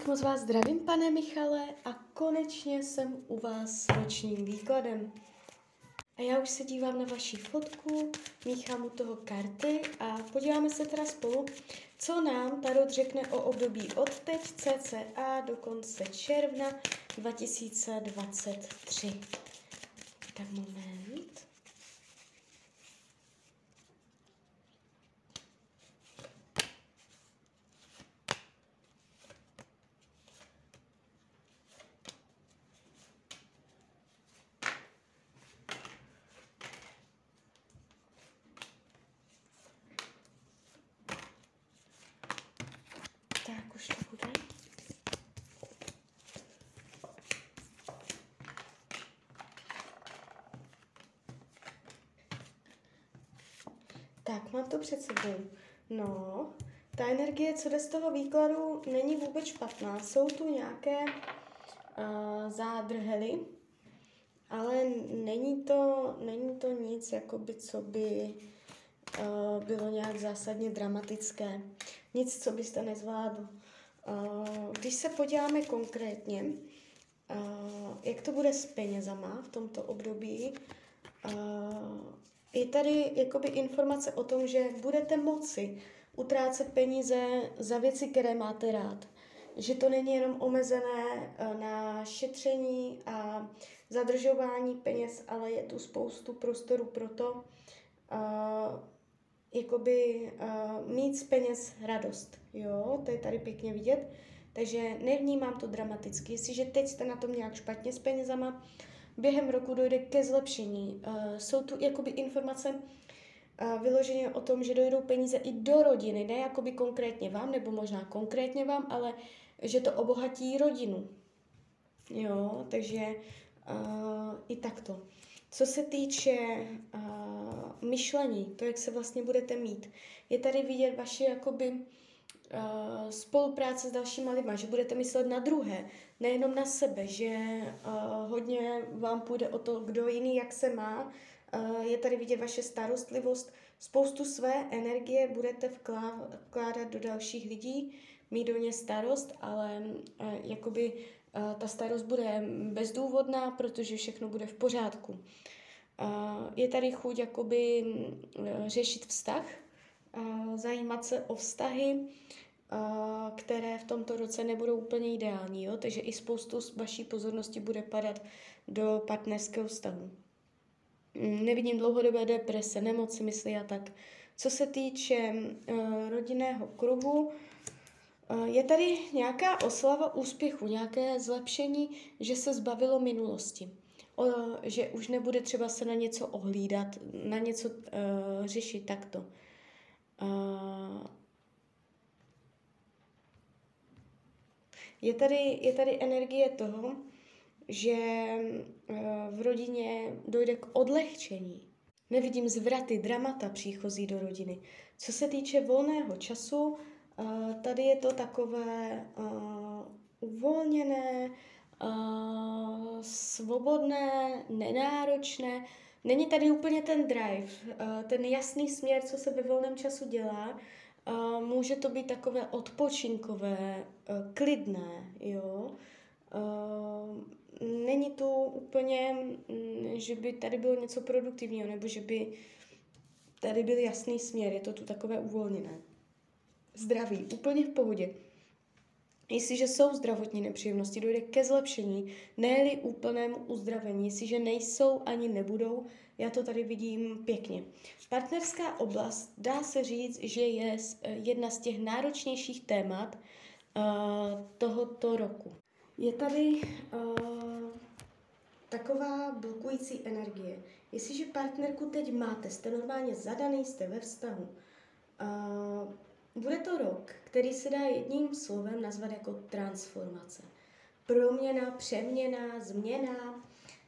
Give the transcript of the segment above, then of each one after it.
Moc vás zdravím, pane Michale, a konečně jsem u vás s ročním výkladem. A já už se dívám na vaši fotku, míchám u toho karty a podíváme se teda spolu, co nám tarot řekne o období od teď cca do konce června 2023. Tak moment. Tak už to bude. Tak, mám to před sebou. No, ta energie, co jde z toho výkladu, není vůbec špatná. Jsou tu nějaké zádrhely, ale není to nic, jakoby, co by bylo nějak zásadně dramatické. Nic, co byste nezvládl. Když se podíváme konkrétně, jak to bude s penězama v tomto období, je tady jakoby informace o tom, že budete moci utrácet peníze za věci, které máte rád. Že to není jenom omezené na šetření a zadržování peněz, ale je tu spoustu prostoru pro to, mít z peněz radost. Jo, to je tady pěkně vidět. Takže nevnímám to dramaticky. Jestliže teď jste na tom nějak špatně s penězama, během roku dojde ke zlepšení. Jsou tu jakoby informace vyloženě o tom, že dojdou peníze i do rodiny, ne jakoby konkrétně vám, nebo možná konkrétně vám, ale že to obohatí rodinu. Jo, takže i takto. Co se týče myšlení, to, jak se vlastně budete mít, je tady vidět vaše jakoby spolupráce s dalšíma lidma, že budete myslet na druhé, nejenom na sebe, že hodně vám půjde o to, kdo jiný jak se má, je tady vidět vaše starostlivost, spoustu své energie budete vkládat do dalších lidí, mít do ně starost, ale ta starost bude bezdůvodná, protože všechno bude v pořádku. Je tady chuť jakoby řešit vztah, zajímat se o vztahy, které v tomto roce nebudou úplně ideální, jo? Takže i spoustu z vaší pozornosti bude padat do partnerského vztahu. Nevidím dlouhodobé deprese, nemoci mysli a tak. Co se týče rodinného kruhu, je tady nějaká oslava úspěchu, nějaké zlepšení, že se zbavilo minulosti. Že už nebude třeba se na něco ohlídat, na něco řešit takto. Je tady energie toho, že v rodině dojde k odlehčení. Nevidím zvraty, dramata příchozí do rodiny. Co se týče volného času, tady je to takové uvolněné, svobodné, nenáročné. Není tady úplně ten drive, ten jasný směr, co se ve volném času dělá. Může to být takové odpočinkové, klidné, jo. Není to úplně, že by tady bylo něco produktivního, nebo že by tady byl jasný směr, je to tu takové uvolněné. Zdraví, úplně v pohodě. Jestliže jsou zdravotní nepříjemnosti, dojde ke zlepšení, ne-li úplnému uzdravení. Jestliže nejsou ani nebudou, já to tady vidím pěkně. Partnerská oblast, dá se říct, že je jedna z těch náročnějších témat tohoto roku. Je tady taková blokující energie. Jestliže partnerku teď máte, jste normálně zadaný, jste ve vztahu, bude to rok, který se dá jedním slovem nazvat jako transformace. Proměna, přeměna, změna.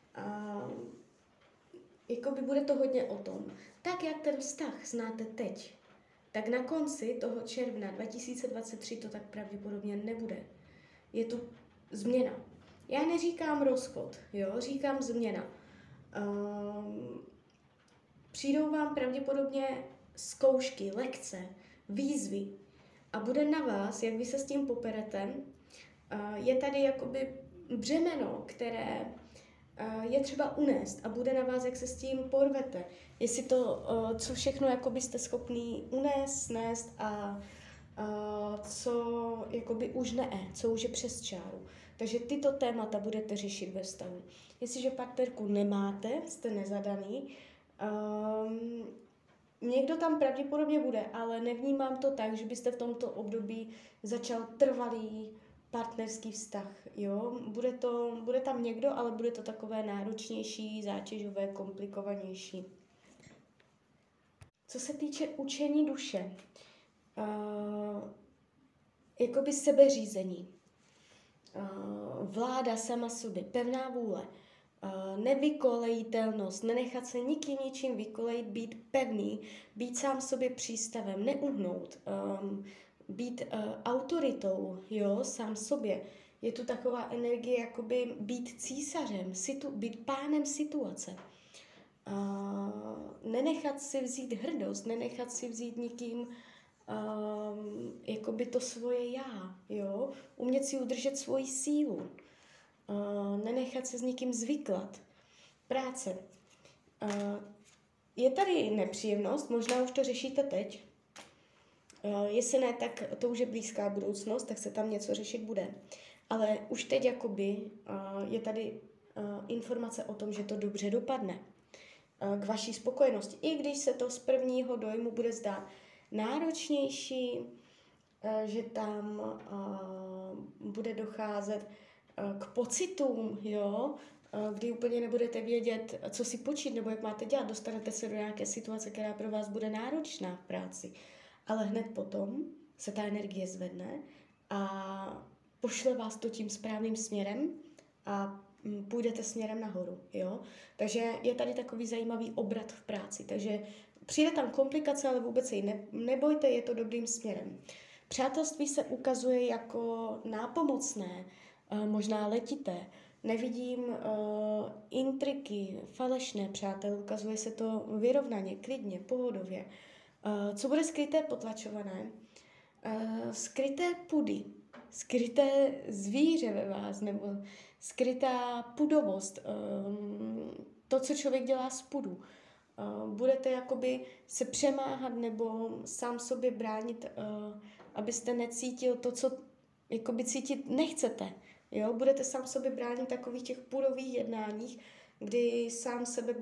Jakoby bude to hodně o tom. Tak, jak ten vztah znáte teď, tak na konci toho června 2023 to tak pravděpodobně nebude. Je tu změna. Já neříkám rozchod, jo, říkám změna. Přijdou vám pravděpodobně zkoušky, lekce, výzvy a bude na vás, jak vy se s tím poperete, Je tady jakoby břemeno, které je třeba unést a bude na vás, jak se s tím porvete. Jestli to, co všechno jakoby jste schopný unést, snést a co jakoby už ne, co už je přes čáru. Takže tyto témata budete řešit ve vztahu. Jestliže partnerku nemáte, jste nezadaný, někdo tam pravděpodobně bude, ale nevnímám to tak, že byste v tomto období začal trvalý partnerský vztah, jo. Bude tam někdo, ale bude to takové náročnější, zátěžové, komplikovanější. Co se týče učení duše, jakoby sebeřízení, vláda sama sobě, pevná vůle, nevykolejitelnost, nenechat se nikým ničím vykolejit, být pevný, být sám sobě přístavem, neuhnout, být autoritou, jo, sám sobě. Je tu taková energie, jakoby být císařem, být pánem situace. Nenechat si vzít hrdost, nenechat si vzít nikým jakoby to svoje já, jo, umět si udržet svoji sílu, nenechat se s nikým zvyklat. Práce. Je tady nepříjemnost, možná už to řešíte teď. Jestli ne, tak to už je blízká budoucnost, tak se tam něco řešit bude. Ale už teď jakoby je tady informace o tom, že to dobře dopadne k vaší spokojenosti. I když se to z prvního dojmu bude zdát náročnější, že tam bude docházet k pocitům, jo, kdy úplně nebudete vědět, co si počít nebo jak máte dělat. Dostanete se do nějaké situace, která pro vás bude náročná v práci. Ale hned potom se ta energie zvedne a pošle vás to tím správným směrem a půjdete směrem nahoru, jo. Takže je tady takový zajímavý obrat v práci. Takže přijde tam komplikace, ale vůbec se jí nebojte, je to dobrým směrem. Přátelství se ukazuje jako nápomocné, možná letité. Nevidím intriky, falešné přátel, ukazuje se to vyrovnaně, klidně, pohodově. Co bude skryté, potlačované? Skryté pudy, skryté zvíře ve vás, nebo skrytá pudovost, to, co člověk dělá z pudu. Budete jakoby se přemáhat nebo sám sobě bránit, abyste necítil to, co jakoby cítit nechcete. Jo? Budete sám sobě bránit takových těch pudových jednáních, kdy sám sebe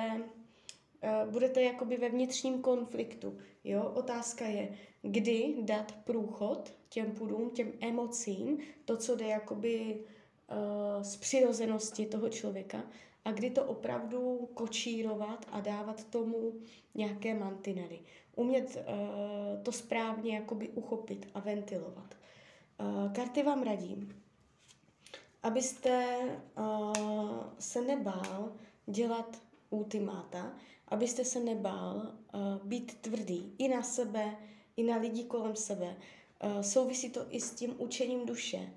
budete jakoby ve vnitřním konfliktu. Jo? Otázka je, kdy dát průchod těm pudům, těm emocím, to, co jde jakoby z přirozenosti toho člověka, a kdy to opravdu kočírovat a dávat tomu nějaké mantinely. Umět to správně jakoby uchopit a ventilovat. Karty vám radím, abyste se nebál dělat ultimáta, abyste se nebál být tvrdý i na sebe, i na lidi kolem sebe. Souvisí to i s tím učením duše.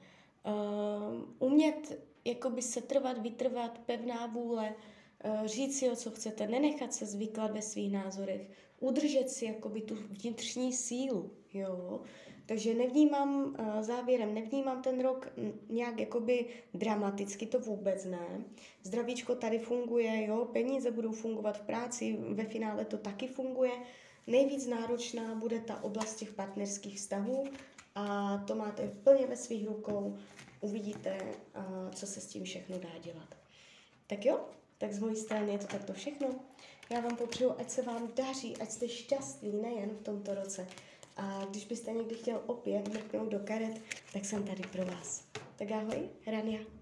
Umět jakoby se vytrvat, pevná vůle, říct si, o co chcete, nenechat se zvyklat ve svých názorech, udržet si jakoby tu vnitřní sílu, jo. Takže nevnímám ten rok nějak jakoby dramaticky, to vůbec ne. Zdravíčko tady funguje, jo, peníze budou fungovat v práci, ve finále to taky funguje. Nejvíc náročná bude ta oblast těch partnerských vztahů a to máte plně ve svých rukou. Uvidíte, co se s tím všechno dá dělat. Tak jo, tak z mojí strany je to takto všechno. Já vám popřeju, ať se vám daří, ať jste šťastní nejen v tomto roce. A když byste někdy chtěl opět mrknout do karet, tak jsem tady pro vás. Tak ahoj, Rania.